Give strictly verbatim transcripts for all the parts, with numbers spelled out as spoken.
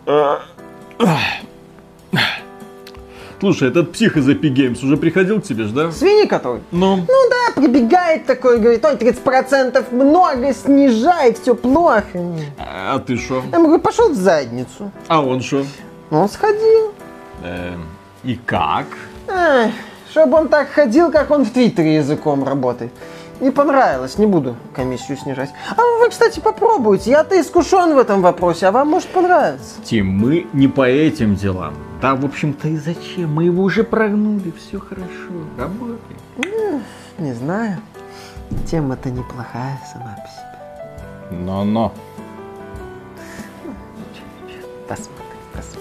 Слушай, этот псих из Epic Games уже приходил к тебе ж, да? Свиньи который? Ну? Ну да, прибегает такой, говорит, ой, тридцать процентов много, снижает, все плохо. А, а ты шо? Я ему говорю, пошел в задницу. А он шо? Он сходил. Эм, и как? Эх, чтобы он так ходил, как он в Твиттере языком работает. Не понравилось, не буду комиссию снижать. А вы, кстати, попробуйте. Я-то искушен в этом вопросе, а вам может понравиться. Тим, мы не по этим делам. Да, в общем-то, и зачем? Мы его уже прогнули, все хорошо, работай. Ну, не знаю. Тема-то неплохая сама по себе. Но-но. Посмотрим, посмотрим.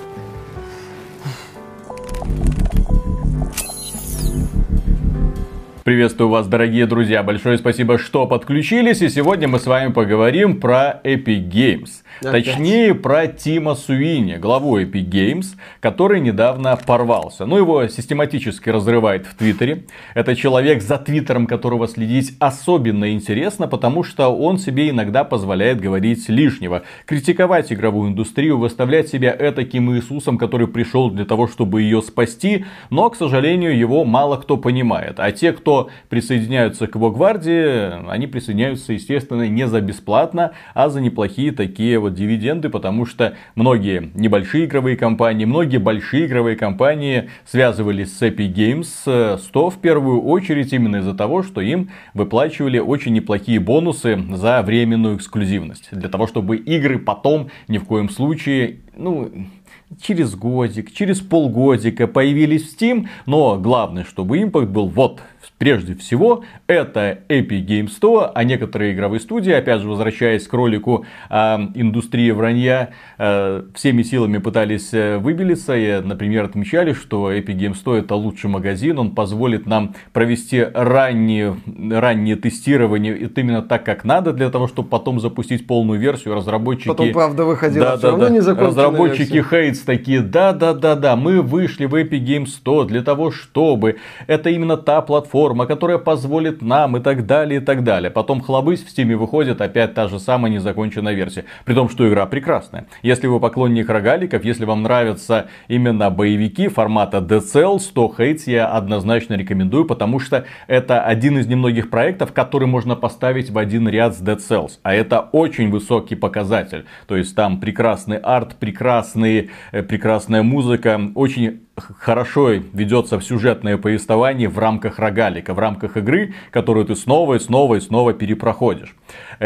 Приветствую вас, дорогие друзья. Большое спасибо, что подключились. И сегодня мы с вами поговорим про Epic Games. Опять. Точнее, про Тима Суини, главу Epic Games, который недавно порвался. Ну, его систематически разрывает в Твиттере. Это человек, за Твиттером которого следить особенно интересно, потому что он себе иногда позволяет говорить лишнего. Критиковать игровую индустрию, выставлять себя этаким Иисусом, который пришел для того, чтобы ее спасти. Но, к сожалению, его мало кто понимает. А те, кто присоединяются к его гвардии, они присоединяются, естественно, не за бесплатно, а за неплохие такие вот дивиденды, потому что многие небольшие игровые компании, многие большие игровые компании связывались с Epic Games сто в первую очередь именно из-за того, что им выплачивали очень неплохие бонусы за временную эксклюзивность. Для того, чтобы игры потом ни в коем случае, ну... через годик, через полгодика появились в Steam, но главное, чтобы импакт был вот, прежде всего, это Epic Games сто, а некоторые игровые студии, опять же, возвращаясь к ролику э, индустрии вранья, э, всеми силами пытались выбелиться и, например, отмечали, что Epic Games сто это лучший магазин, он позволит нам провести раннее, раннее тестирование это именно так, как надо, для того, чтобы потом запустить полную версию. Разработчики... Потом, правда, выходила да, все да, равно да. незаконченная Разработчики версия. Хейтс такие, да-да-да-да, мы вышли в Epic Games сто для того, чтобы это именно та платформа, которая позволит нам и так далее, и так далее. Потом хлобысь, в Steam выходит опять та же самая незаконченная версия. При том, что игра прекрасная. Если вы поклонник рогаликов, если вам нравятся именно боевики формата Dead Cells, то Hades я однозначно рекомендую, потому что это один из немногих проектов, который можно поставить в один ряд с Dead Cells. А это очень высокий показатель. То есть там прекрасный арт, прекрасный, прекрасная музыка, очень хорошо ведется в сюжетное повествование в рамках рогалика, в рамках игры, которую ты снова и снова и снова перепроходишь.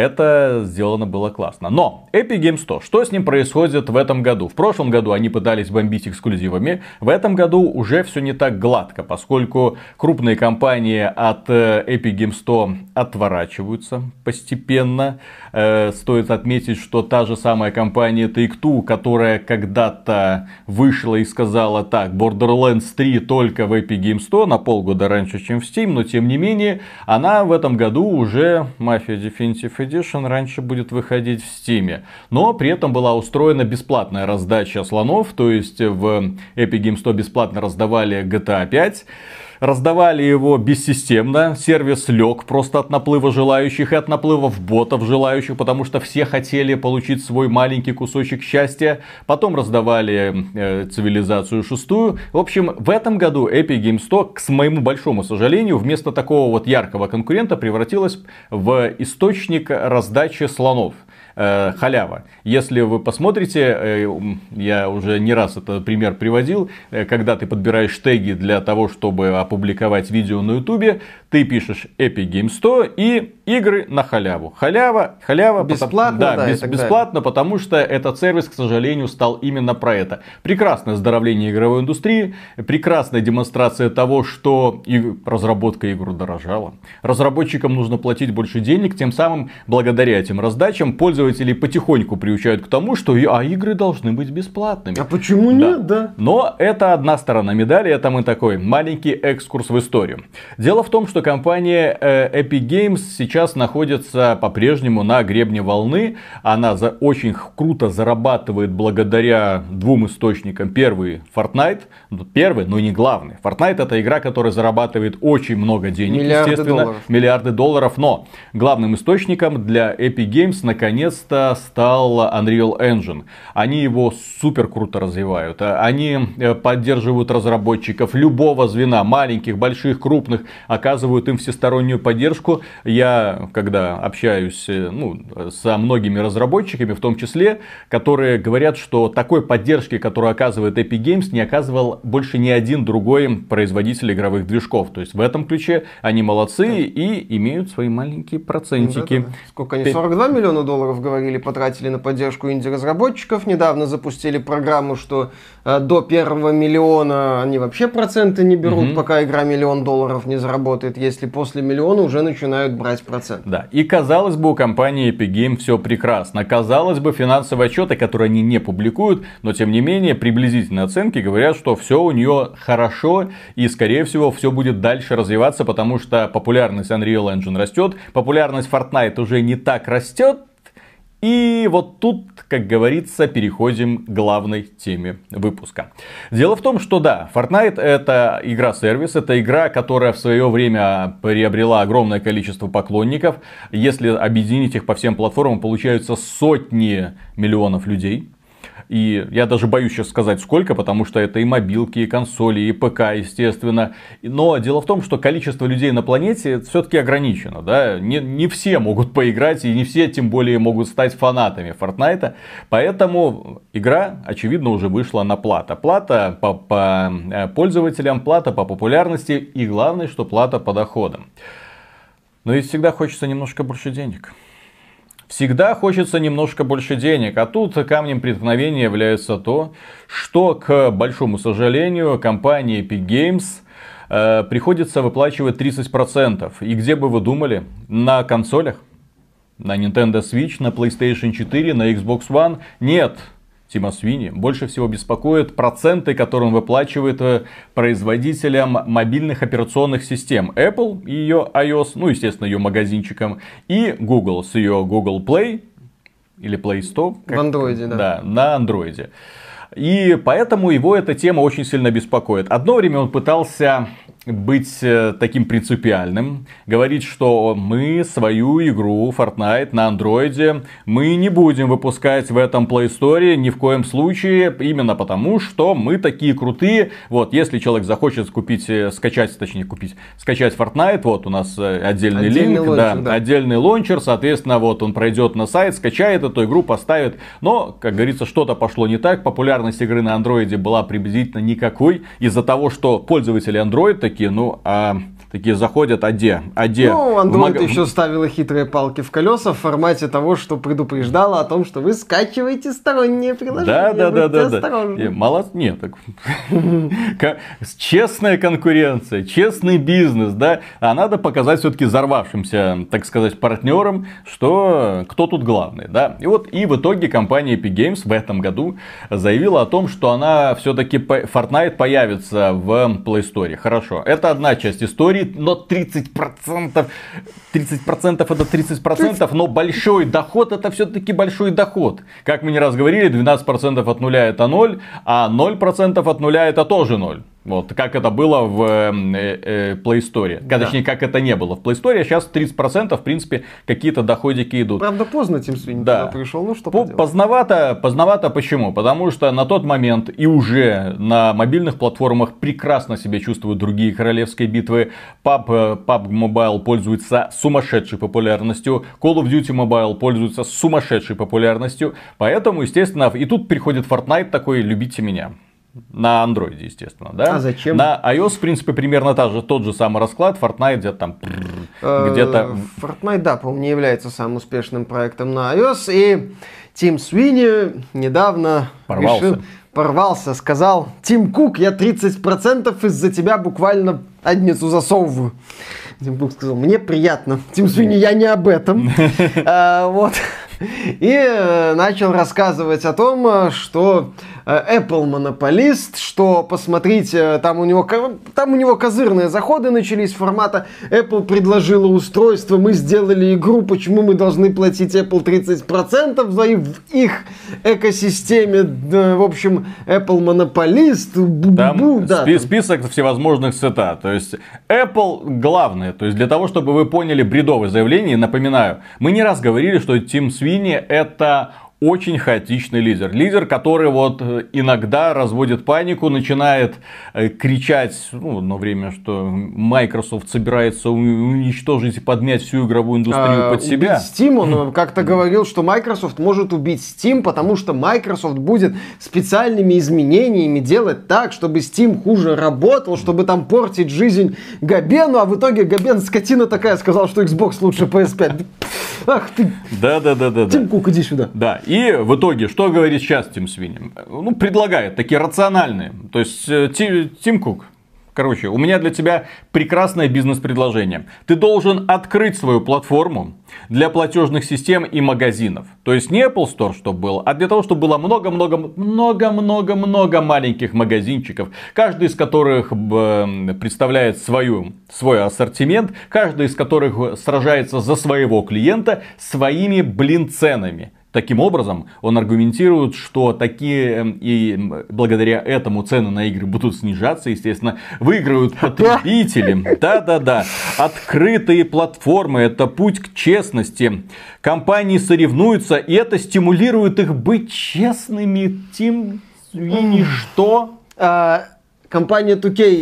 Это сделано было классно. Но Epic Games сто, что с ним происходит в этом году? В прошлом году они пытались бомбить эксклюзивами. В этом году уже все не так гладко, поскольку крупные компании от Epic Games сто отворачиваются постепенно. Э, стоит отметить, что та же самая компания Take-Two, которая когда-то вышла и сказала так, Borderlands три только в Epic Games сто на полгода раньше, чем в Steam, но тем не менее, она в этом году уже, Mafia Definitive Edition, раньше будет выходить в Steam. Но при этом была устроена бесплатная раздача слонов, то есть в Epic Games сто бесплатно раздавали джи ти эй пять. Раздавали его бессистемно, сервис лег просто от наплыва желающих и от наплывов ботов желающих, потому что все хотели получить свой маленький кусочек счастья. Потом раздавали э, цивилизацию шестую. В общем, в этом году Epic Games сто, к моему большому сожалению, вместо такого вот яркого конкурента превратилась в источник раздачи слонов. Халява. Если вы посмотрите, я уже не раз этот пример приводил, когда ты подбираешь теги для того, чтобы опубликовать видео на ютубе, ты пишешь Epic Games сто и игры на халяву. Халява, халява. Бесплатно, потому, да, да, без, бесплатно, потому что этот сервис, к сожалению, стал именно про это. Прекрасное оздоровление игровой индустрии, прекрасная демонстрация того, что и разработка игр дорожала. Разработчикам нужно платить больше денег, тем самым, благодаря этим раздачам, пользователи потихоньку приучают к тому, что а игры должны быть бесплатными. А почему да. нет, да? Но это одна сторона медали, это мы такой маленький экскурс в историю. Дело в том, что что компания э, Epic Games сейчас находится по-прежнему на гребне волны. Она за, очень круто зарабатывает благодаря двум источникам. Первый Fortnite. Первый, но не главный. Fortnite — это игра, которая зарабатывает очень много денег, миллиарды естественно. Долларов. Миллиарды долларов. Но главным источником для Epic Games наконец-то стал Unreal Engine. Они его супер круто развивают. Они поддерживают разработчиков любого звена, маленьких, больших, крупных, оказывают им всестороннюю поддержку. Я, когда общаюсь ну, со многими разработчиками, в том числе, которые говорят, что такой поддержки, которую оказывает Epic Games, не оказывал больше ни один другой производитель игровых движков. То есть в этом ключе они молодцы да. и имеют свои маленькие процентики. Да, да, да. Сколько они, сорок два миллиона долларов, говорили, потратили на поддержку инди-разработчиков. Недавно запустили программу, что э, до первого миллиона они вообще проценты не берут, угу. пока игра миллион долларов не заработает. Если после миллиона уже начинают брать процент. Да, и казалось бы, у компании Epic Games все прекрасно. Казалось бы, финансовые отчеты, которые они не публикуют, но тем не менее приблизительные оценки говорят, что все у нее хорошо и скорее всего все будет дальше развиваться, потому что популярность Unreal Engine растет, популярность Fortnite уже не так растет. И вот тут, как говорится, переходим к главной теме выпуска. Дело в том, что да, Fortnite — это игра-сервис, это игра, которая в свое время приобрела огромное количество поклонников. Если объединить их по всем платформам, получаются сотни миллионов людей. И я даже боюсь сейчас сказать сколько, потому что это и мобилки, и консоли, и ПК, естественно. Но дело в том, что количество людей на планете все-таки ограничено. Да? Не, не все могут поиграть, и не все тем более могут стать фанатами Fortnite. Поэтому игра, очевидно, уже вышла на плата. Плата по, по пользователям, плата по популярности и главное, что плата по доходам. Но ведь всегда хочется немножко больше денег. Всегда хочется немножко больше денег, а тут камнем преткновения является то, что, к большому сожалению, компании Epic Games э, приходится выплачивать тридцать процентов. И где бы вы думали? На консолях? На Nintendo Switch, на PlayStation четыре, на Xbox One? Нет. Тима Свини больше всего беспокоит проценты, которые он выплачивает производителям мобильных операционных систем. Apple и ее iOS, ну, естественно, ее магазинчиком, и Google с ее Google Play или Play Store. Как, в андроиде, да. Да, на андроиде. И поэтому его эта тема очень сильно беспокоит. Одно время он пытался быть таким принципиальным, говорить, что мы свою игру Fortnite на андроиде мы не будем выпускать в этом Play Store ни в коем случае, именно потому, что мы такие крутые. Вот, если человек захочет купить, скачать, точнее купить, скачать Fortnite, вот у нас отдельный, отдельный линк, лончер, да, да. отдельный лончер, соответственно, вот он пройдет на сайт, скачает эту игру, поставит. Но, как говорится, что-то пошло не так, популярность игры на андроиде была приблизительно никакой, из-за того, что пользователи Android такие, ну, а, такие заходят, а где? А где? Ну, Android маг... еще ставила хитрые палки в колеса в формате того, что предупреждала о том, что вы скачиваете сторонние приложения. Да, да, да, да, да. Молодцы. Нет, так... честная конкуренция, честный бизнес, да. А надо показать все-таки взорвавшимся, так сказать, партнерам, что кто тут главный, да. И вот и в итоге компания Epic Games в этом году заявила о том, что она все-таки Fortnite появится в Play Store. Хорошо. Это одна часть истории, но тридцать процентов, тридцать процентов это тридцать процентов, но большой доход это все-таки большой доход. Как мы не раз говорили, двенадцать процентов от нуля это ноль, а ноль процентов от нуля это тоже ноль. Вот, как это было в э, э, Play Store. Да. Точнее, как это не было в Play Store. А сейчас тридцать процентов, в принципе, какие-то доходики идут. Правда, поздно Тим Свини да. пришел. Ну, что поделать. Поздновато, поздновато почему? Потому что на тот момент и уже на мобильных платформах прекрасно себя чувствуют другие королевские битвы. пабг, пабг Mobile пользуется сумасшедшей популярностью. Call of Duty Mobile пользуется сумасшедшей популярностью. Поэтому, естественно, и тут приходит Fortnite такой: любите меня. На андроиде, естественно, да? А зачем? На iOS, в принципе, примерно та же, тот же самый расклад. Fortnite где-то там... где-то... Fortnite, да, по-моему, не является самым успешным проектом на iOS. И Тим Свини недавно порвался. решил... Порвался, сказал: Тим Кук, я тридцать процентов из-за тебя буквально задницу засовываю. Тим Кук сказал: мне приятно. Тим Свини, я не об этом. Вот. И э, начал рассказывать о том, что э, Apple монополист, что, посмотрите, там у него, там у него козырные заходы начались формата Apple предложила устройство, мы сделали игру, почему мы должны платить Apple тридцать процентов за их, в их экосистеме. Да, в общем, Apple монополист. Там да, спи- там. список всевозможных цитат. То есть Apple главное. То есть для того, чтобы вы поняли бредовое заявление, напоминаю, мы не раз говорили, что Тим Свини это очень хаотичный лидер. Лидер, который вот иногда разводит панику, начинает э, кричать, ну, на время, что Microsoft собирается уничтожить и подмять всю игровую индустрию а, под себя. Steam, он как-то говорил, что Microsoft может убить Steam, потому что Microsoft будет специальными изменениями делать так, чтобы Steam хуже работал, чтобы там портить жизнь Габену, а в итоге Габен, скотина такая, сказал, что Xbox лучше пи эс пять. Ах ты! Да-да-да-да. Тим Кук, иди сюда. Да, и в итоге, что говорит сейчас Тим Свини? Ну, предлагает такие рациональные. То есть, Тим, Тим Кук, короче, у меня для тебя прекрасное бизнес-предложение. Ты должен открыть свою платформу для платежных систем и магазинов. То есть, не Apple Store, чтобы был, а для того, чтобы было много-много-много-много-много маленьких магазинчиков, каждый из которых представляет свою, свой ассортимент, каждый из которых сражается за своего клиента своими, блин, ценами. Таким образом, он аргументирует, что такие и благодаря этому цены на игры будут снижаться, естественно, выиграют потребители. Да-да-да, открытые платформы – это путь к честности. Компании соревнуются, и это стимулирует их быть честными. Тим Свини, что? Компания ту кей...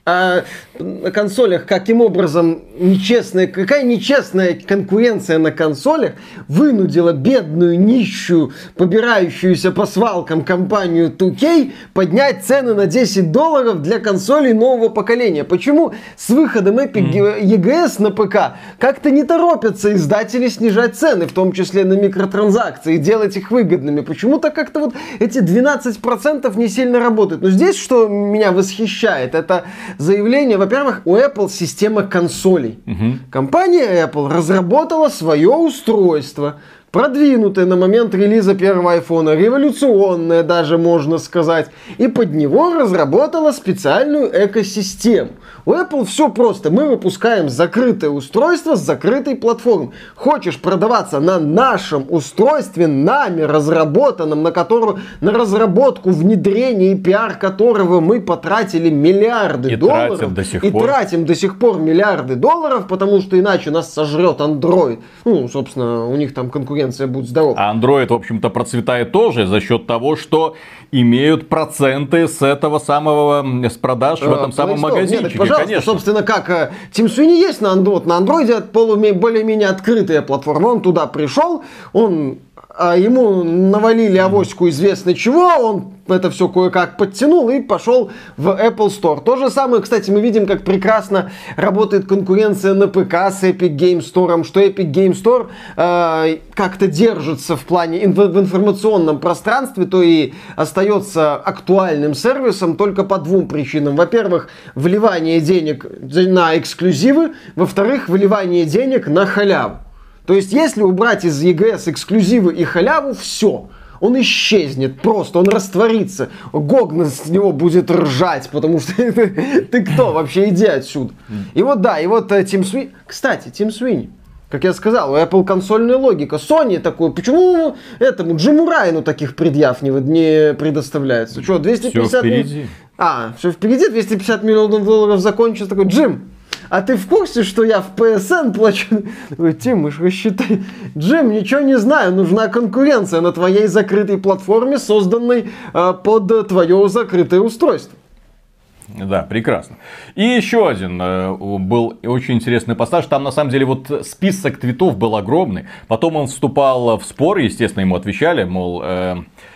А на консолях каким образом нечестная, какая нечестная конкуренция на консолях вынудила бедную, нищую, побирающуюся по свалкам компанию ту кей поднять цены на десять долларов для консолей нового поколения? Почему с выходом Epic mm. и джи эс на ПК как-то не торопятся издатели снижать цены, в том числе на микротранзакции, делать их выгодными? Почему-то как-то вот эти двенадцать процентов не сильно работают. Но здесь, что меня восхищает, это заявление, во-первых, у Apple система консолей. Угу. Компания Apple разработала свое устройство, продвинутое на момент релиза первого айфона, революционное даже, можно сказать, и под него разработала специальную экосистему. У Apple все просто. Мы выпускаем закрытое устройство с закрытой платформой. Хочешь продаваться на нашем устройстве, нами разработанном, на которую, на разработку, внедрение и пиар которого мы потратили миллиарды и долларов. Тратим до сих и пор. тратим до сих пор миллиарды долларов, потому что иначе нас сожрет Android. Ну, собственно, у них там конкуренция будет здорова. А Android, в общем-то, процветает тоже за счет того, что имеют проценты с этого самого, с продаж в этом самом магазинчике. Нет, пожалуйста, конечно. Собственно, как Тим Свини есть на Android. На Android более-менее открытая платформа. Он туда пришел, он, а ему навалили авоську известно чего, он это все кое-как подтянул и пошел в Apple Store. То же самое, кстати, мы видим, как прекрасно работает конкуренция на ПК с Epic Game Store, что Epic Game Store э, как-то держится в плане инф- в информационном пространстве, то и остается актуальным сервисом только по двум причинам. Во-первых, вливание денег на эксклюзивы, во-вторых, вливание денег на халяву. То есть, если убрать из и джи эс эксклюзивы и халяву, все. Он исчезнет просто, он растворится. Гогна с него будет ржать, потому что ты кто вообще, иди отсюда. И вот да, и вот Тим Свини... Кстати, Тим Свини, как я сказал, у Apple консольная логика. Sony такой, почему этому Джиму Райану таких предъяв не, не предоставляется? Что, двести пятьдесят... Все впереди. А, все впереди, двести пятьдесят миллионов долларов закончится. Такой, Джим, а ты в курсе, что я в пи эс эн плачу? Ой, Тим, мы ж рассчитай. Джим, ничего не знаю, нужна конкуренция на твоей закрытой платформе, созданной э, под твое закрытое устройство. Да, прекрасно. И еще один э, был очень интересный пассаж. Там на самом деле вот список твитов был огромный. Потом он вступал в спор, естественно, ему отвечали, мол... Э,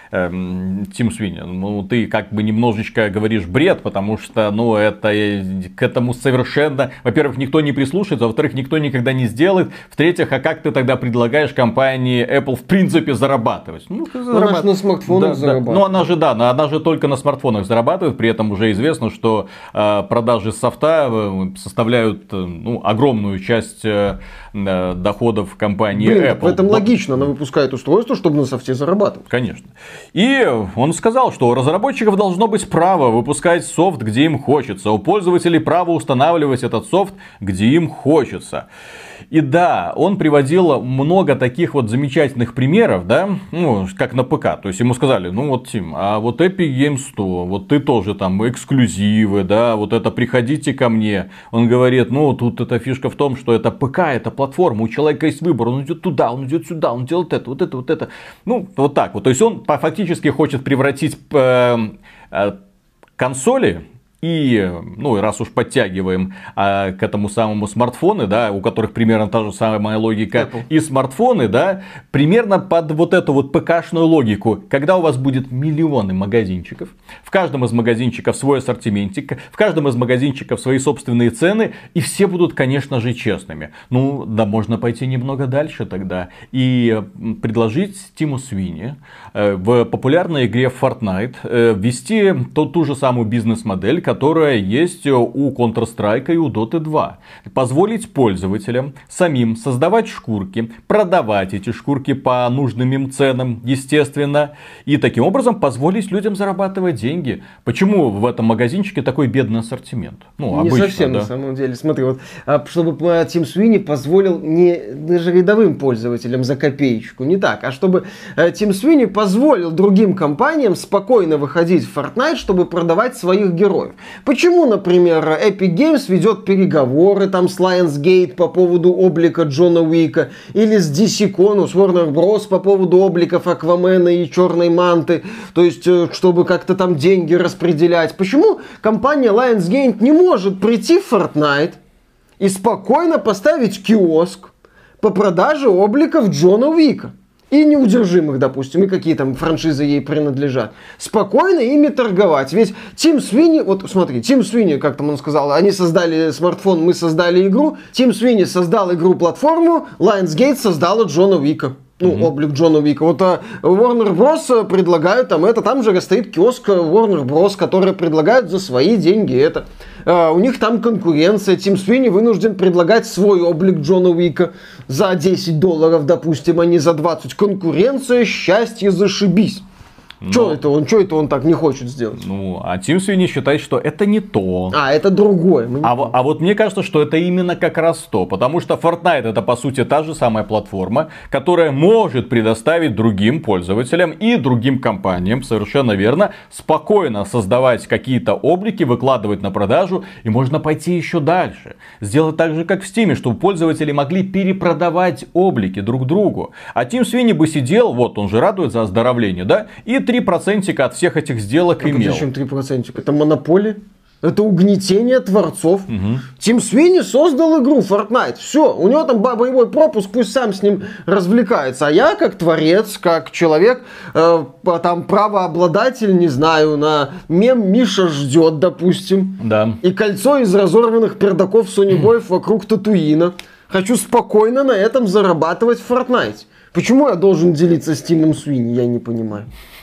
Тим Свини, ну, ты как бы немножечко говоришь бред, потому что, ну, это к этому совершенно, во-первых, никто не прислушается, а во-вторых, никто никогда не сделает, в-третьих, а как ты тогда предлагаешь компании Apple в принципе зарабатывать? Ну, зарабат... она же на смартфонах да, зарабатывает. Да. Ну, она же, да, она же только на смартфонах зарабатывает, при этом уже известно, что э, продажи софта составляют, ну, огромную часть э, доходов компании Блин, Apple. В этом логично, она выпускает устройство, чтобы на софте зарабатывать. Конечно. И он сказал, что у разработчиков должно быть право выпускать софт, где им хочется. У пользователей право устанавливать этот софт, где им хочется. И да, он приводил много таких вот замечательных примеров, да, ну, как на ПК. То есть ему сказали, ну вот, Тим, а вот Epic Games сто, вот ты тоже там эксклюзивы, да, вот это приходите ко мне. Он говорит, ну, тут эта фишка в том, что это ПК, это платформа, у человека есть выбор, он идет туда, он идет сюда, он делает это, вот это, вот это. Ну, вот так вот. То есть он фактически хочет превратить э, э, консоли. И, ну, раз уж подтягиваем а, к этому самому смартфоны, да, у которых примерно та же самая логика, Apple. И смартфоны, да, примерно под вот эту вот ПК-шную логику, когда у вас будет миллионы магазинчиков, в каждом из магазинчиков свой ассортиментик, в каждом из магазинчиков свои собственные цены, и все будут, конечно же, честными. Ну, да, можно пойти немного дальше тогда и предложить Тиму Свини э, в популярной игре Fortnite э, ввести ту, ту же самую бизнес-модель, которая есть у Counter-Strike и у Dota два. Позволить пользователям самим создавать шкурки, продавать эти шкурки по нужным им ценам, естественно, и таким образом позволить людям зарабатывать деньги. Почему в этом магазинчике такой бедный ассортимент? Ну, не обычно, совсем, да. На самом деле. Смотри, вот, чтобы Тим Свини позволил не даже рядовым пользователям за копеечку, не так, а чтобы Тим Свини позволил другим компаниям спокойно выходить в Fortnite, чтобы продавать своих героев. Почему, например, Epic Games ведет переговоры там с Lionsgate по поводу облика Джона Уика, или с ди си Con, с Warner Bros. По поводу обликов Аквамена и Черной Манты, то есть, чтобы как-то там деньги распределять. Почему компания Lionsgate не может прийти в Fortnite и спокойно поставить киоск по продаже обликов Джона Уика? И неудержимых, допустим, и какие там франшизы ей принадлежат. Спокойно ими торговать. Ведь Тим Свини, вот смотри, Тим Свини, как там он сказал, они создали смартфон, мы создали игру. Тим Свини создал игру-платформу, Lionsgate создала Джона Уика. Ну, mm-hmm. облик Джона Уика. Вот а, Warner Bros. Предлагают там это, там же стоит киоск Warner Bros., который предлагают за свои деньги это. А, у них там конкуренция. Тим Свини вынужден предлагать свой облик Джона Уика за десять долларов, допустим, а не за двадцать. Конкуренция, счастье, зашибись. Но... Что это он, что это он так не хочет сделать? Ну, а Тим Свини считает, что это не то. А, это другое. А, в, а вот мне кажется, что это именно как раз то. Потому что Fortnite это по сути та же самая платформа, которая может предоставить другим пользователям и другим компаниям, совершенно верно, спокойно создавать какие-то облики, выкладывать на продажу. И можно пойти еще дальше. Сделать так же, как в Steam, чтобы пользователи могли перепродавать облики друг другу. А Тим Свини бы сидел, вот он же радует за оздоровление, да, и три процента от всех этих сделок а имел. Зачем три процента? Это монополия? Это угнетение творцов. Угу. Тим Свини создал игру Fortnite. Все, у него там боевой пропуск, пусть сам с ним развлекается. А я, как творец, как человек, э, там правообладатель, не знаю, на мем Миша ждет, допустим. Да. И кольцо из разорванных пердаков Сонибоев вокруг Татуина. Хочу спокойно на этом зарабатывать в Fortnite. Почему я должен делиться с Тимом Свини, я не понимаю.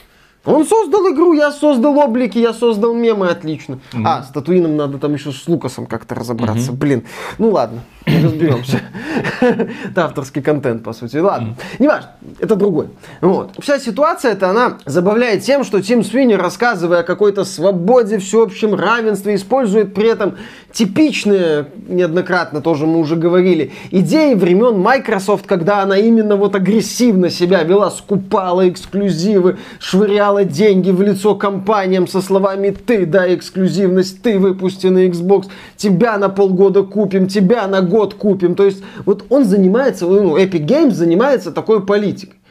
Он создал игру, я создал облики, я создал мемы, отлично. Mm-hmm. А, с Татуином надо там еще с Лукасом как-то разобраться. Mm-hmm. Блин, ну ладно, разберемся. Это авторский контент, по сути. Ладно, не важно, это другое. Вот. Вся ситуация-то, она забавляет тем, что Тим Свини, рассказывая о какой-то свободе, всеобщем равенстве, использует при этом типичные, неоднократно тоже мы уже говорили, идеи времен Microsoft, когда она именно вот агрессивно себя вела, скупала эксклюзивы, швыряла деньги в лицо компаниям со словами «ты, дай эксклюзивность, ты выпусти на Xbox, тебя на полгода купим, тебя на год купим». То есть вот он занимается, ну, Epic Games занимается такой политикой.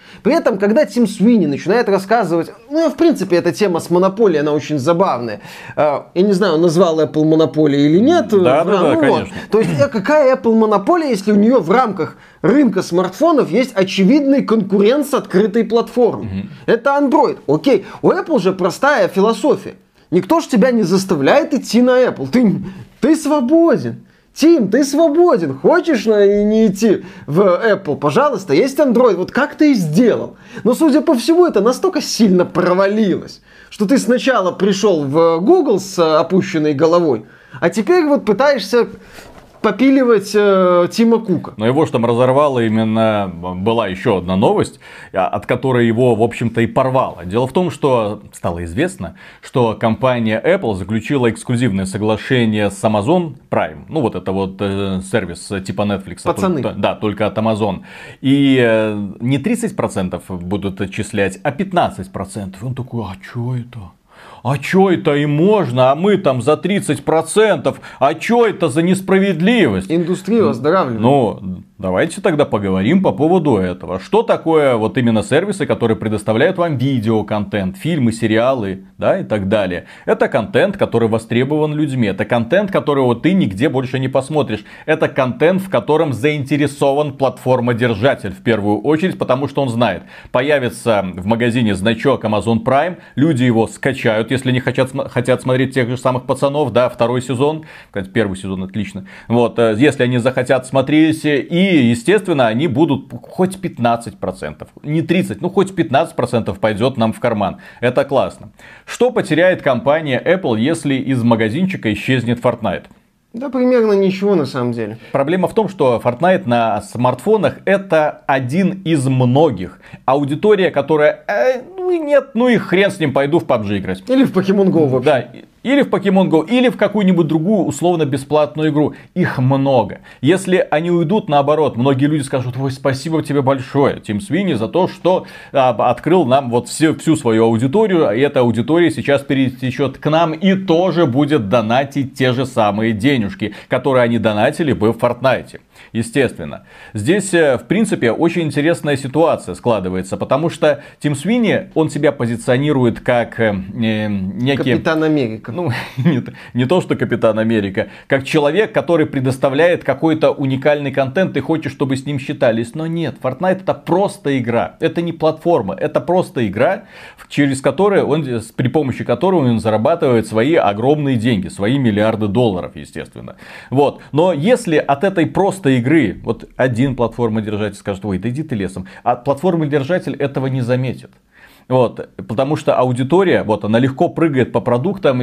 При этом, когда Тим Суини начинает рассказывать, ну, в принципе, эта тема с монополией, она очень забавная. Я не знаю, он назвал Apple монополией или нет. Да, да, да, ну, конечно. Вот. То есть, какая Apple монополия, если у нее в рамках рынка смартфонов есть очевидный конкурент с открытой платформой? Угу. Это Android. Окей, у Apple же простая философия. Никто ж тебя не заставляет идти на Apple. Ты, ты свободен. Тим, ты свободен. Хочешь на, не идти в Apple? Пожалуйста, есть Android. Вот как ты и сделал. Но, судя по всему, это настолько сильно провалилось, что ты сначала пришел в Google с опущенной головой, а теперь вот пытаешься попиливать э, Тима Кука. Но его же там разорвало именно... Была еще одна новость, от которой его, в общем-то, и порвало. Дело в том, что стало известно, что компания Apple заключила эксклюзивное соглашение с Amazon Prime. Ну, вот это вот э, сервис типа Netflix. Пацаны. Только, да, только от Amazon. И э, не тридцать процентов будут отчислять, а пятнадцать процентов. И он такой, а что это? А чё это и можно, а мы там за тридцать процентов, а чё это за несправедливость? Индустрию оздоравливаем. Ну, давайте тогда поговорим по поводу этого. Что такое вот именно сервисы, которые предоставляют вам видеоконтент, фильмы, сериалы, да, и так далее. Это контент, который востребован людьми. Это контент, которого ты нигде больше не посмотришь. Это контент, в котором заинтересован платформодержатель в первую очередь, потому что он знает, появится в магазине значок Amazon Prime, люди его скачают, если не хотят, хотят смотреть тех же самых пацанов, да, второй сезон, кстати, первый сезон отлично, вот, если они захотят смотреть, и, естественно, они будут хоть пятнадцать процентов, не тридцать, ну, хоть пятнадцать процентов пойдет нам в карман, это классно. Что потеряет компания Apple, если из магазинчика исчезнет Fortnite? Да, примерно ничего на самом деле. Проблема в том, что Fortnite на смартфонах это один из многих. Аудитория, которая, э, ну и нет, ну и хрен с ним, пойду в пабг играть. Или в Pokemon Go вообще. Да, или в Pokemon Go, или в какую-нибудь другую условно-бесплатную игру. Их много. Если они уйдут, наоборот, многие люди скажут, ой, спасибо тебе большое, Тим Суини, за то, что а, открыл нам вот всю, всю свою аудиторию. И эта аудитория сейчас перетечет к нам и тоже будет донатить те же самые денежки, которые они донатили бы в Fortnite. Естественно. Здесь, в принципе, очень интересная ситуация складывается, потому что Тим Суини, он себя позиционирует как э, некий... Капитан Америка. Ну, не, не то, что Капитан Америка, как человек, который предоставляет какой-то уникальный контент и хочет, чтобы с ним считались. Но нет, Fortnite это просто игра, это не платформа, это просто игра, через которую он, при помощи которой он зарабатывает свои огромные деньги, свои миллиарды долларов, естественно. Вот. Но если от этой простой игры вот один платформодержатель скажет, ой, да иди ты лесом, а платформодержатель этого не заметит. Вот, потому что аудитория, вот, она легко прыгает по продуктам,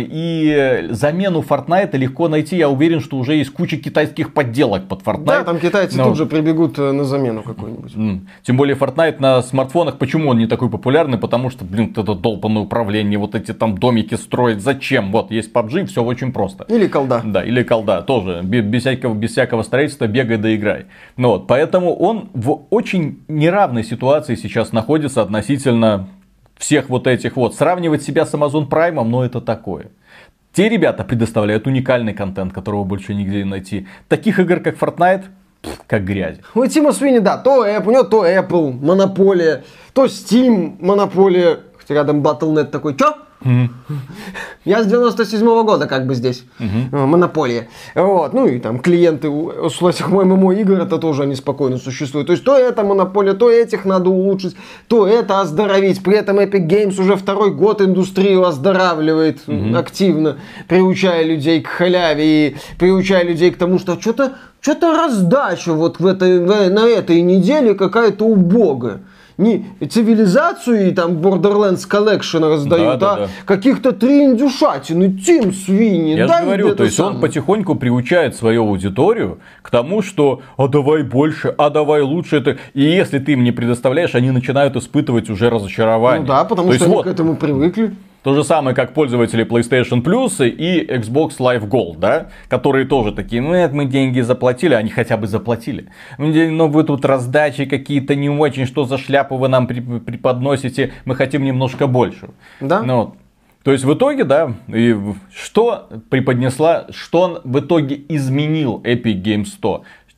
и замену Fortnite легко найти. Я уверен, что уже есть куча китайских подделок под Fortnite. Да, там китайцы Но... тут же прибегут на замену какую-нибудь. Тем более Fortnite на смартфонах, почему он не такой популярный? Потому что, блин, это долбанное управление, вот эти там домики строить, зачем? Вот, есть пабг, все очень просто. Или колда. Да, или колда, тоже, без всякого, без всякого строительства, бегай да играй. Ну, вот, поэтому он в очень неравной ситуации сейчас находится относительно... всех вот этих вот. Сравнивать себя с Amazon Prime, но это такое. Те ребята предоставляют уникальный контент, которого больше нигде не найти. Таких игр, как Fortnite, как грязь. У Тима Суини, да, то Apple, у него то Apple, монополия, то Steam, монополия. Хотя рядом батл точка нет такой, чё? Mm-hmm. Я с девяносто седьмого года как бы здесь. Mm-hmm. Монополия. Вот. Ну и там клиенты у этих ММО игр, это тоже они спокойно существуют. То есть то это монополия, то этих надо улучшить, то это оздоровить. При этом Epic Games уже второй год индустрию оздоравливает mm-hmm. активно, приучая людей к халяве и приучая людей к тому, что что-то что-то раздача вот в этой, на этой неделе какая-то убогая. Не цивилизацию и там Borderlands Collection раздают, да, а да, да. каких-то три индюшатины, Тим Суини. Я же говорю, то есть самое. Он потихоньку приучает свою аудиторию к тому, что а давай больше, а давай лучше это. И если ты им не предоставляешь, они начинают испытывать уже разочарование. Ну да, потому то что есть, они вот, к этому привыкли. То же самое, как пользователи PlayStation Plus и Xbox Live Gold, да, которые тоже такие, ну это мы деньги заплатили, они хотя бы заплатили. Но вы тут раздачи какие-то не очень, что за шляпу вы нам преподносите, мы хотим немножко больше. Да. Ну, то есть в итоге, да, и что преподнесла, что он в итоге изменил Epic Games Store?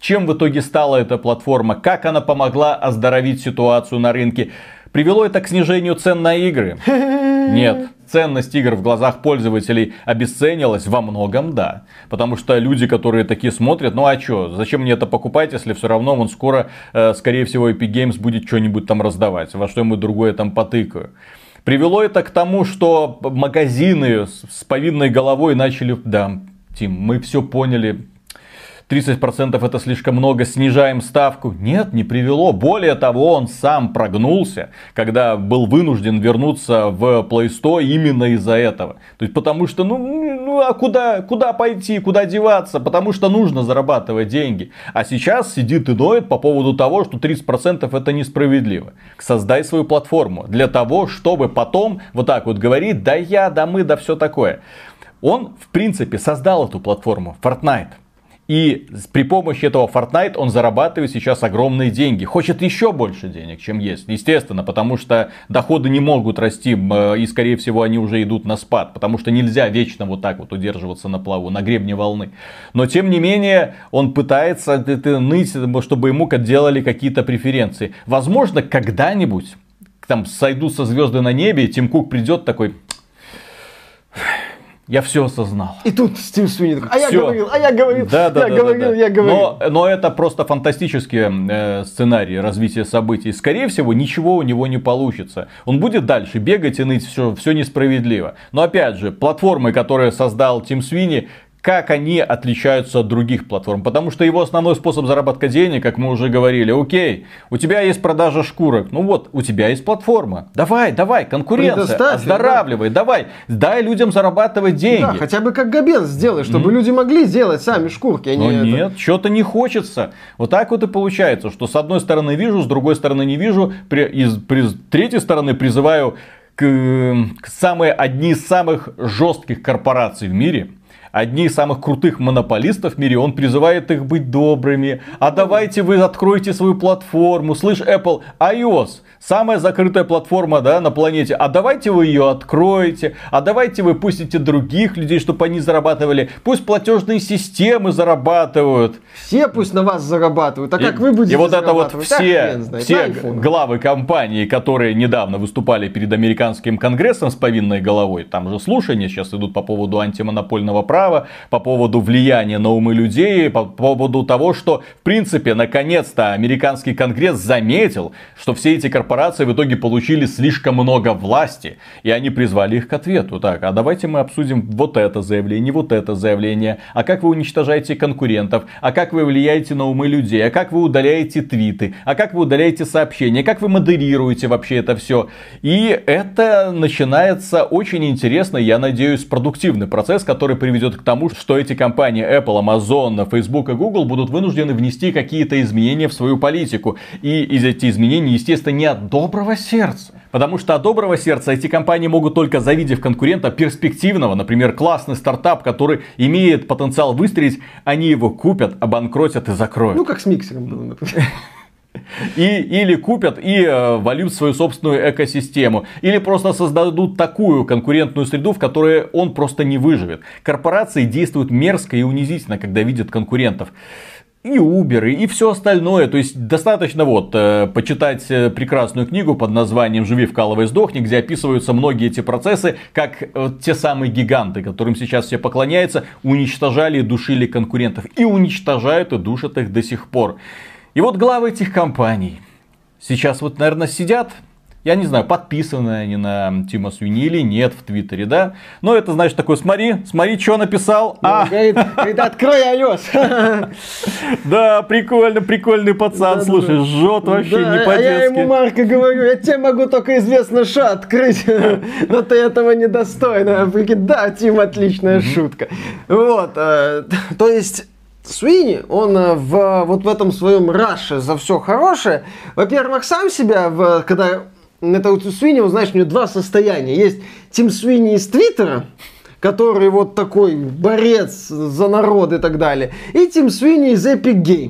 Чем в итоге стала эта платформа? Как она помогла оздоровить ситуацию на рынке? Привело это к снижению цен на игры? Нет. Ценность игр в глазах пользователей обесценилась? Во многом да. Потому что люди, которые такие смотрят, ну а чё, зачем мне это покупать, если все равно он скоро, э, скорее всего, Epic Games будет что-нибудь там раздавать, во что ему другое там потыкаю. Привело это к тому, что магазины с повинной головой начали... Да, Тим, мы все поняли... тридцать процентов это слишком много, снижаем ставку. Нет, не привело. Более того, он сам прогнулся, когда был вынужден вернуться в Play Store именно из-за этого. То есть, потому что, ну, ну а куда, куда пойти, куда деваться? Потому что нужно зарабатывать деньги. А сейчас сидит и ноет по поводу того, что тридцать процентов это несправедливо. Создай свою платформу для того, чтобы потом вот так вот говорить, да я, да мы, да все такое. Он, в принципе, создал эту платформу, Fortnite. И при помощи этого Fortnite он зарабатывает сейчас огромные деньги. Хочет еще больше денег, чем есть. Естественно, потому что доходы не могут расти. И скорее всего они уже идут на спад. Потому что нельзя вечно вот так вот удерживаться на плаву, на гребне волны. Но тем не менее он пытается ныть, чтобы ему делали какие-то преференции. Возможно, когда-нибудь там сойдутся звезды на небе, и Тим Кук придет такой... Я все осознал. И тут Стив Суини такой, а я Всё. говорил, а я говорил, да, да, я да, говорил, да, да. я говорил. Но, но это просто фантастические э, сценарии развития событий. Скорее всего, ничего у него не получится. Он будет дальше бегать и ныть, все, все несправедливо. Но опять же, платформы, которые создал Тим Суини, как они отличаются от других платформ. Потому что его основной способ заработка денег, как мы уже говорили, окей, у тебя есть продажа шкурок. Ну вот, у тебя есть платформа. Давай, давай, конкуренция, оздоравливай, да. давай. Дай людям зарабатывать деньги. Да, хотя бы как Габен сделай, чтобы mm. люди могли делать сами шкурки. А Но не нет, это... что-то не хочется. Вот так вот и получается, что с одной стороны вижу, с другой стороны не вижу. При, из, при, с третьей стороны призываю к, к самой, одни из самых жестких корпораций в мире. Одни из самых крутых монополистов в мире, он призывает их быть добрыми. А давайте вы откроете свою платформу. Слышь, Apple, iOS, самая закрытая платформа, да, на планете. А давайте вы ее откроете. А давайте вы пустите других людей, чтобы они зарабатывали. Пусть платежные системы зарабатывают. Все пусть на вас зарабатывают. А и, как вы будете И вот это вот все, знает, все главы компаний, которые недавно выступали перед американским конгрессом с повинной головой. Там же слушания сейчас идут по поводу антимонопольного права, по поводу влияния на умы людей, по поводу того, что, в принципе, наконец-то американский конгресс заметил, что все эти корпорации в итоге получили слишком много власти, и они призвали их к ответу. Так, а давайте мы обсудим вот это заявление, вот это заявление, а как вы уничтожаете конкурентов, а как вы влияете на умы людей, а как вы удаляете твиты, а как вы удаляете сообщения, как вы модерируете вообще это все. И это начинается очень интересно, я надеюсь, продуктивный процесс, который приведет к тому, что эти компании Apple, Amazon, Facebook и Google будут вынуждены внести какие-то изменения в свою политику. И из эти изменения, естественно, не от доброго сердца. Потому что от доброго сердца эти компании могут только, завидев конкурента перспективного, например, классный стартап, который имеет потенциал выстрелить, они его купят, обанкротят и закроют. Ну, как с миксером было, например. И, или купят и э, вольют свою собственную экосистему. Или просто создадут такую конкурентную среду, в которой он просто не выживет. Корпорации действуют мерзко и унизительно, когда видят конкурентов. И Uber, и все остальное. То есть достаточно вот э, почитать прекрасную книгу под названием «Живи, вкалывай, сдохни», где описываются многие эти процессы, как э, те самые гиганты, которым сейчас все поклоняются, уничтожали и душили конкурентов. И уничтожают и душат их до сих пор. И вот главы этих компаний сейчас вот, наверное, сидят, я не знаю, подписаны они на Тима Суини или нет в Твиттере, да? Но это, значит, такой, смотри, смотри, что написал. Ну, а, говорит, говорит, открой iOS. Да, прикольно, прикольный пацан, слушай, жжет вообще не по-детски. А я ему, Марко, говорю, я тебе могу только известно ша открыть, но ты этого недостойна. Да, Тим, отличная шутка. Вот, то есть... Суини, он в, вот в этом своем раше за все хорошее, во-первых, сам себя, в, когда это вот у Суини, он, знаешь, у него два состояния. Есть Тим Суини из Твиттера, который вот такой борец за народ и так далее, и Тим Суини из Epic Games,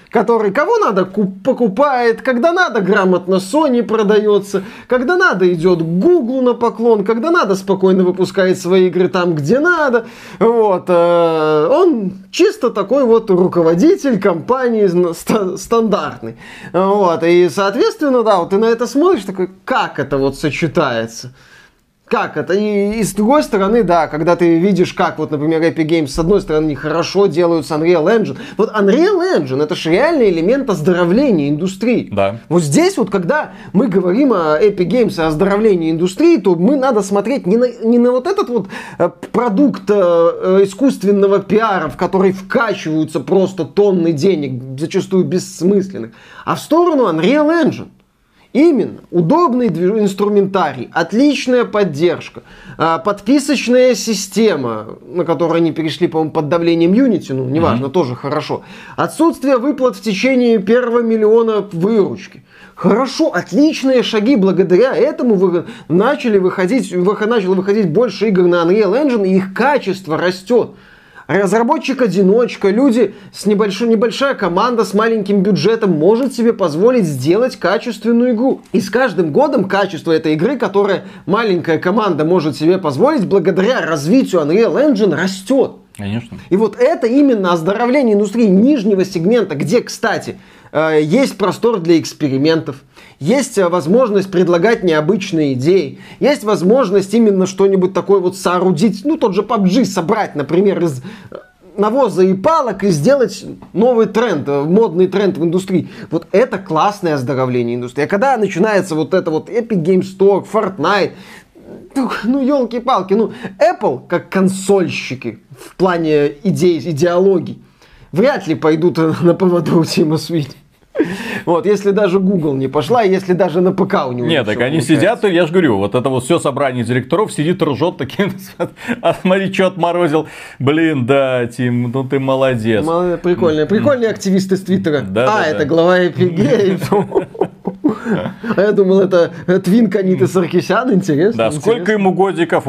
который кого надо куп- покупает, когда надо грамотно Sony продается, когда надо идет к Google на поклон, когда надо спокойно выпускает свои игры там, где надо. Вот. Э, он чисто такой вот руководитель компании ст- стандартный. Вот. И, соответственно, да, вот ты на это смотришь, такой, как это вот сочетается? Как это? И, и с другой стороны, да, когда ты видишь, как вот, например, Epic Games с одной стороны хорошо делают с Unreal Engine. Вот Unreal Engine — это же реальный элемент оздоровления индустрии. Да. Вот здесь вот, когда мы говорим о Epic Games, о оздоровлении индустрии, то мы надо смотреть не на, не на вот этот вот продукт э, искусственного пиара, в который вкачиваются просто тонны денег, зачастую бессмысленных, а в сторону Unreal Engine. Именно. Удобный инструментарий, отличная поддержка, подписочная система, на которую они перешли, по-моему, под давлением Unity, ну, неважно, mm-hmm. тоже хорошо. Отсутствие выплат в течение первого миллиона выручки. Хорошо, отличные шаги. Благодаря этому вы начали выходить, начало выходить больше игр на Unreal Engine, и их качество растет. Разработчик-одиночка, люди с небольшой, небольшая команда с маленьким бюджетом может себе позволить сделать качественную игру. И с каждым годом качество этой игры, которое маленькая команда может себе позволить, благодаря развитию Unreal Engine растет. Конечно. И вот это именно оздоровление индустрии нижнего сегмента, где, кстати, есть простор для экспериментов, есть возможность предлагать необычные идеи, есть возможность именно что-нибудь такое вот соорудить, ну тот же пабг собрать, например, из навоза и палок и сделать новый тренд, модный тренд в индустрии. Вот это классное оздоровление индустрии. А когда начинается вот это вот Epic Games Store, Fortnite, ну елки-палки, ну Apple как консольщики в плане идей, идеологий вряд ли пойдут на поводу у Тима Свини. Вот, если даже Google не пошла, и если даже на ПК у него. Нет, так они получается. Сидят, и я же говорю, вот это вот все собрание директоров сидит, ржет таким, а смотри, что отморозил. Блин, да, Тим, ну ты молодец. Молодец, прикольные, прикольные активисты с Твиттера. Да, а, да, это да. глава Epic Games. А я думал, это Твин Каниты Саркисян, интересно. Да, интересно. Сколько ему годиков?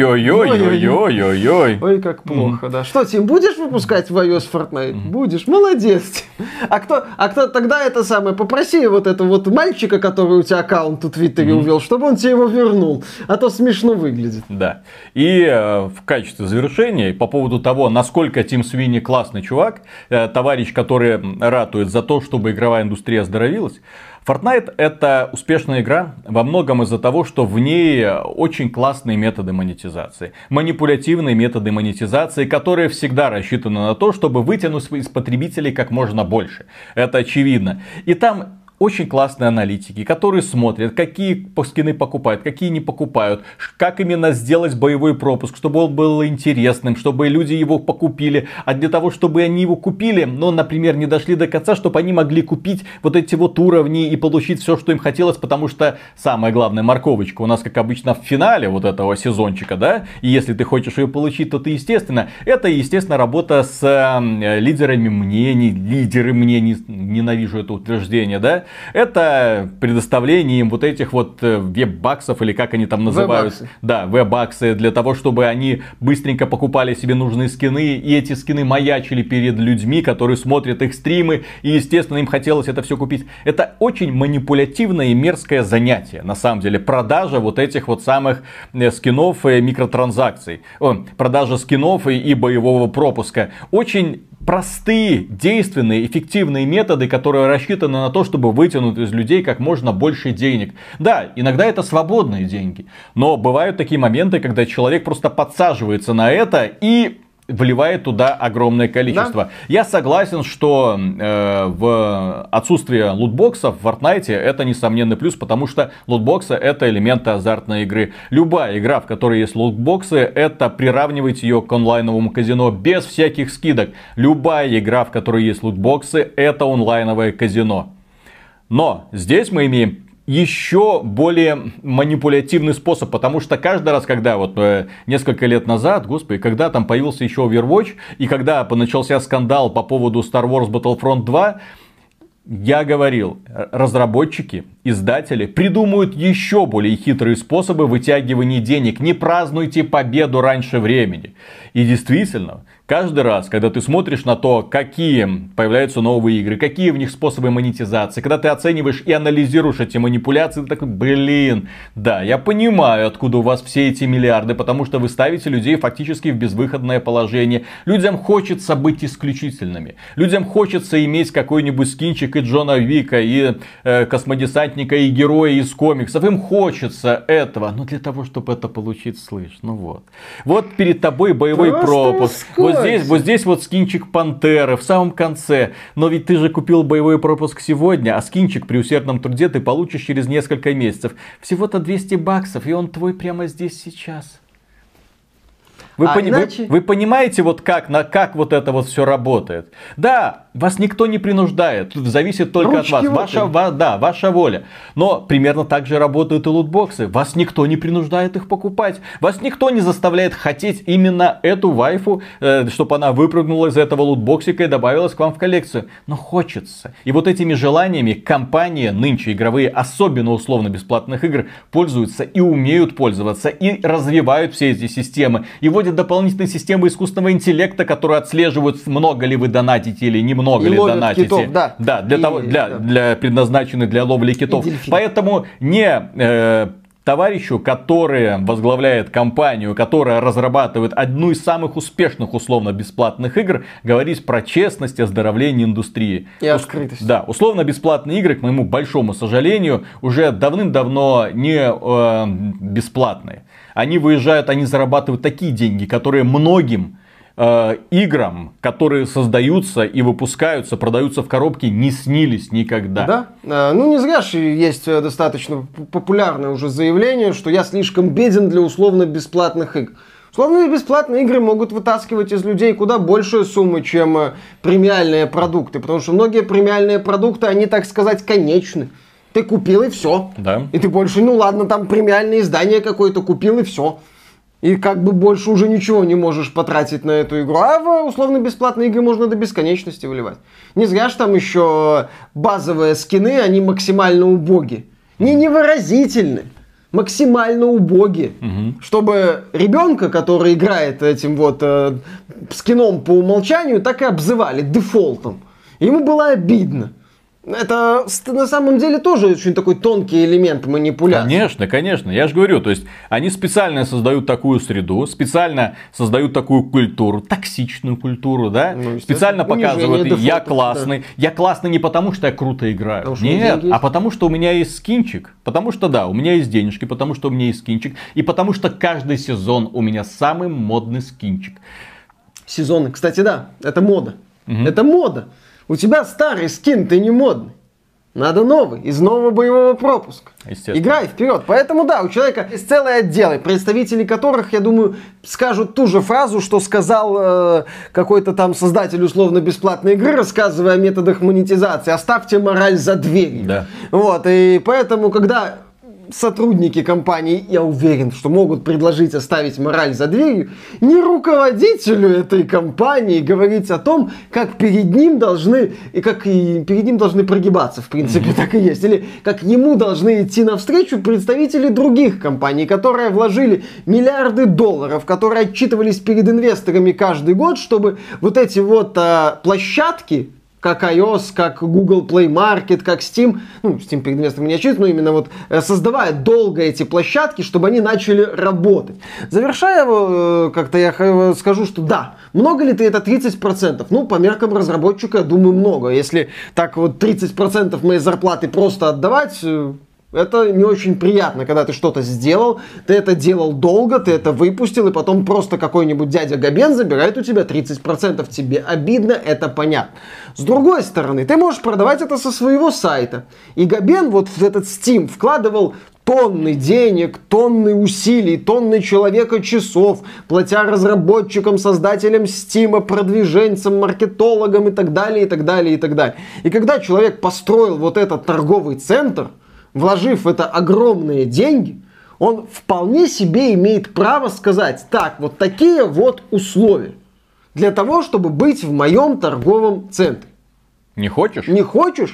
Ой-ой-ой-ой-ой-ой. Ой, как плохо, да. Что, Тим, будешь выпускать в iOS Fortnite? Будешь, молодец. А кто, а кто тогда это самое, попроси вот этого вот мальчика, который у тебя аккаунт в Твиттере увел, чтобы он тебе его вернул, а то смешно выглядит. Да. И э, в качестве завершения, по поводу того, насколько Тим Свини классный чувак, э, товарищ, который ратует за то, чтобы игровая индустрия оздоровилась, Fortnite — это успешная игра во многом из-за того, что в ней очень классные методы монетизации. Манипулятивные методы монетизации, которые всегда рассчитаны на то, чтобы вытянуть из потребителей как можно больше. Это очевидно. И там очень классные аналитики, которые смотрят, какие скины покупают, какие не покупают, как именно сделать боевой пропуск, чтобы он был интересным, чтобы люди его покупили. А для того, чтобы они его купили, но, например, не дошли до конца, чтобы они могли купить вот эти вот уровни и получить все, что им хотелось, потому что самая главная морковочка у нас, как обычно, в финале вот этого сезончика, да, и если ты хочешь ее получить, то ты, естественно, это, естественно, работа с э, лидерами мнений, лидеры мнений, ненавижу это утверждение, да, это предоставление им вот этих вот веб-баксов, или как они там называют. Веб-баксы. Да, веб-баксы, для того, чтобы они быстренько покупали себе нужные скины, и эти скины маячили перед людьми, которые смотрят их стримы, и, естественно, им хотелось это все купить. Это очень манипулятивное и мерзкое занятие, на самом деле, продажа вот этих вот самых скинов и микротранзакций. О, продажа скинов и, и боевого пропуска. Очень простые, действенные, эффективные методы, которые рассчитаны на то, чтобы вытянуть из людей как можно больше денег. Да, иногда это свободные деньги, но бывают такие моменты, когда человек просто подсаживается на это и вливает туда огромное количество. Да. Я согласен, что э, в отсутствие лутбоксов в Fortnite это несомненный плюс, потому что лутбоксы — это элементы азартной игры. Любая игра, в которой есть лутбоксы, это приравнивать ее к онлайновому казино без всяких скидок. Любая игра, в которой есть лутбоксы, это онлайновое казино. Но здесь мы имеем еще более манипулятивный способ, потому что каждый раз, когда вот э, несколько лет назад, господи, когда там появился еще Overwatch, и когда начался скандал по поводу Star Wars Battlefront два, я говорил, разработчики, издатели придумают еще более хитрые способы вытягивания денег. Не празднуйте победу раньше времени. И действительно, Каждый раз, когда ты смотришь на то, какие появляются новые игры, какие в них способы монетизации, когда ты оцениваешь и анализируешь эти манипуляции, ты такой, блин, да, я понимаю, откуда у вас все эти миллиарды, потому что вы ставите людей фактически в безвыходное положение. Людям хочется быть исключительными. Людям хочется иметь какой-нибудь скинчик и Джона Вика, и э, космодесантника, и героя из комиксов. Им хочется этого. Но для того, чтобы это получить, слышь, ну вот. Вот перед тобой боевой Просто пропуск. Вот здесь, вот здесь вот скинчик Пантеры в самом конце. Но ведь ты же купил боевой пропуск сегодня, а скинчик при усердном труде ты получишь через несколько месяцев. Всего-то двести баксов, и он твой прямо здесь сейчас. Вы, а пони- иначе... вы, вы понимаете, вот как, на, как вот это вот все работает? Да, вас никто не принуждает, тут зависит только Ручки от вас. вот Ваша, ва, да, ваша воля. Но примерно так же работают и лутбоксы. Вас никто не принуждает их покупать. Вас никто не заставляет хотеть именно эту вайфу, э, чтобы она выпрыгнула из этого лутбоксика и добавилась к вам в коллекцию. Но хочется. И вот этими желаниями компании нынче игровые, особенно условно-бесплатных игр, пользуются и умеют пользоваться, и развивают все эти системы. И вводят дополнительные системы искусственного интеллекта, которые отслеживают, много ли вы донатите или немного И ли ловят донатите. китов, да. Да, для И, того, для, да. для предназначенных для ловли китов. Поэтому не э, товарищу, который возглавляет компанию, которая разрабатывает одну из самых успешных условно-бесплатных игр, говорить про честность и оздоровление индустрии. И открытость. Да, условно-бесплатные игры, к моему большому сожалению, уже давным-давно не э, бесплатные. Они выезжают, они зарабатывают такие деньги, которые многим э, играм, которые создаются и выпускаются, продаются в коробке, не снились никогда. Да? А, ну, не зря же есть достаточно популярное уже заявление, что я слишком беден для условно-бесплатных игр. Условно-бесплатные игры могут вытаскивать из людей куда большие суммы, чем премиальные продукты. Потому что многие премиальные продукты, они, так сказать, конечны. Ты купил и все. Да. И ты больше, ну ладно, там премиальное издание какое-то купил и все. И как бы больше уже ничего не можешь потратить на эту игру. А в условно-бесплатные игры можно до бесконечности выливать. Не зря же там еще базовые скины, они максимально убоги. Не невыразительны. Максимально убоги. Угу. Чтобы ребенка, который играет этим вот э, скином по умолчанию, так и обзывали дефолтом. Ему было обидно. Это на самом деле тоже очень такой тонкий элемент манипуляции. Конечно, конечно. Я же говорю, то есть они специально создают такую среду, специально создают такую культуру, токсичную культуру, да? Ну, специально показывают, я классный. Да. Я классный не потому, что я круто играю. Потому Нет, а потому что у меня есть скинчик. Потому что да, у меня есть денежки, потому что у меня есть скинчик. И потому что каждый сезон у меня самый модный скинчик. Сезоны. Кстати, да, это мода. Угу. Это мода. У тебя старый скин, ты не модный. Надо новый, из нового боевого пропуска. Играй вперед. Поэтому да, у человека есть целые отделы, представители которых, я думаю, скажут ту же фразу, что сказал э, какой-то там создатель условно-бесплатной игры, рассказывая о методах монетизации. Оставьте мораль за дверью. Да. Вот, и поэтому, когда сотрудники компании, я уверен, что могут предложить оставить мораль за дверью, не руководителю этой компании говорить о том, как перед ним должны, и как и перед ним должны прогибаться, в принципе, mm-hmm. так и есть. Или как ему должны идти навстречу представители других компаний, которые вложили миллиарды долларов, которые отчитывались перед инвесторами каждый год, чтобы вот эти вот а, площадки, как iOS, как Google Play Market, как Steam, ну, Steam перед инвесторами не отчитывает, но именно вот создавая долго эти площадки, чтобы они начали работать. Завершая его, как-то я скажу, что да, много ли ты это тридцать процентов? Ну, по меркам разработчика, я думаю, много. Если так вот тридцать процентов моей зарплаты просто отдавать, это не очень приятно, когда ты что-то сделал, ты это делал долго, ты это выпустил, и потом просто какой-нибудь дядя Габен забирает у тебя тридцать процентов. Тебе обидно, это понятно. С другой стороны, ты можешь продавать это со своего сайта. И Габен вот в этот Steam вкладывал тонны денег, тонны усилий, тонны человека часов, платя разработчикам, создателям Steam, продвиженцам, маркетологам и так далее, и так далее, и так далее. И когда человек построил вот этот торговый центр, вложив в это огромные деньги, он вполне себе имеет право сказать: так, вот такие вот условия для того, чтобы быть в моем торговом центре. Не хочешь? Не хочешь?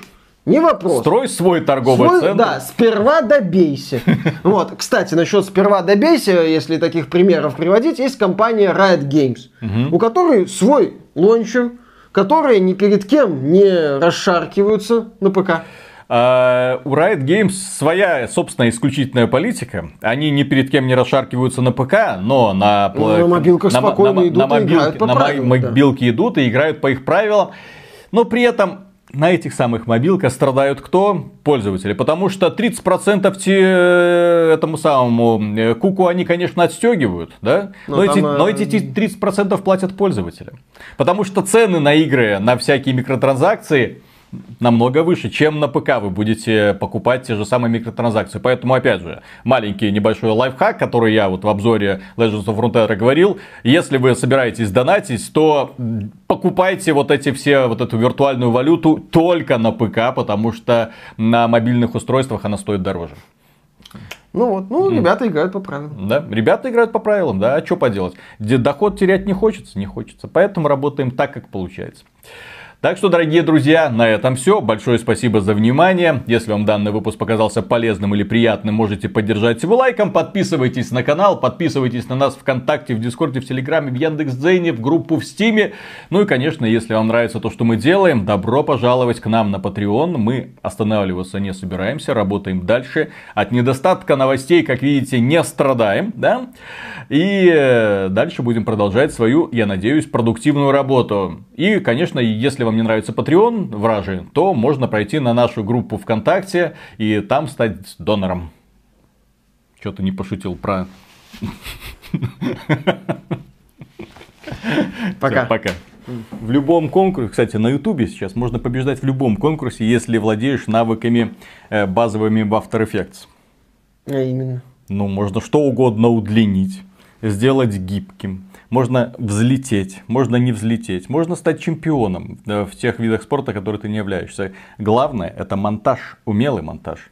Не вопрос. Строй свой торговый свой, центр. Да, сперва добейся. Вот, кстати, насчет сперва добейся, если таких примеров приводить, есть компания Riot Games, угу. у которой свой лончер, которые ни перед кем не расшаркиваются на ПК. Uh, у Riot Games своя собственная исключительная политика. Они ни перед кем не расшаркиваются на ПК, но на, ну, на мобилках на, спокойно на, идут на, на и мобилки, играют по на правилам. На мобилки да. идут и играют по их правилам. Но при этом на этих самых мобилках страдают кто? Пользователи. Потому что тридцать процентов те, этому самому куку они, конечно, отстегивают. Да? Но, но, эти, а... но эти тридцать процентов платят пользователи. Потому что цены на игры, на всякие микротранзакции намного выше, чем на ПК вы будете покупать те же самые микротранзакции. Поэтому, опять же, маленький небольшой лайфхак, который я вот в обзоре Legends of Runeterra говорил. Если вы собираетесь донатить, то покупайте вот эти все, вот эту виртуальную валюту только на ПК, потому что на мобильных устройствах она стоит дороже. Ну вот, ну, mm. ребята играют по правилам. Да, ребята играют по правилам, да, а что поделать? Доход терять не хочется, не хочется. Поэтому работаем так, как получается. Так что, дорогие друзья, на этом все. Большое спасибо за внимание. Если вам данный выпуск показался полезным или приятным, можете поддержать его лайком. Подписывайтесь на канал, подписывайтесь на нас ВКонтакте, в Дискорде, в Телеграме, в Яндекс.Дзене, в группу в Стиме. Ну и, конечно, если вам нравится то, что мы делаем, добро пожаловать к нам на Patreon. Мы останавливаться не собираемся, работаем дальше. От недостатка новостей, как видите, не страдаем, да? И дальше будем продолжать свою, я надеюсь, продуктивную работу. И, конечно, если вам не нравится Patreon, вражий, то можно пройти на нашу группу ВКонтакте и там стать донором. Что-то не пошутил про... Пока. Всё, пока. В любом конкурсе, кстати, на Ютубе сейчас можно побеждать в любом конкурсе, если владеешь навыками базовыми в After Effects. А именно? Ну, можно что угодно удлинить, сделать гибким. Можно взлететь, можно не взлететь, можно стать чемпионом в тех видах спорта, которые ты не являешься. Главное, это монтаж, умелый монтаж.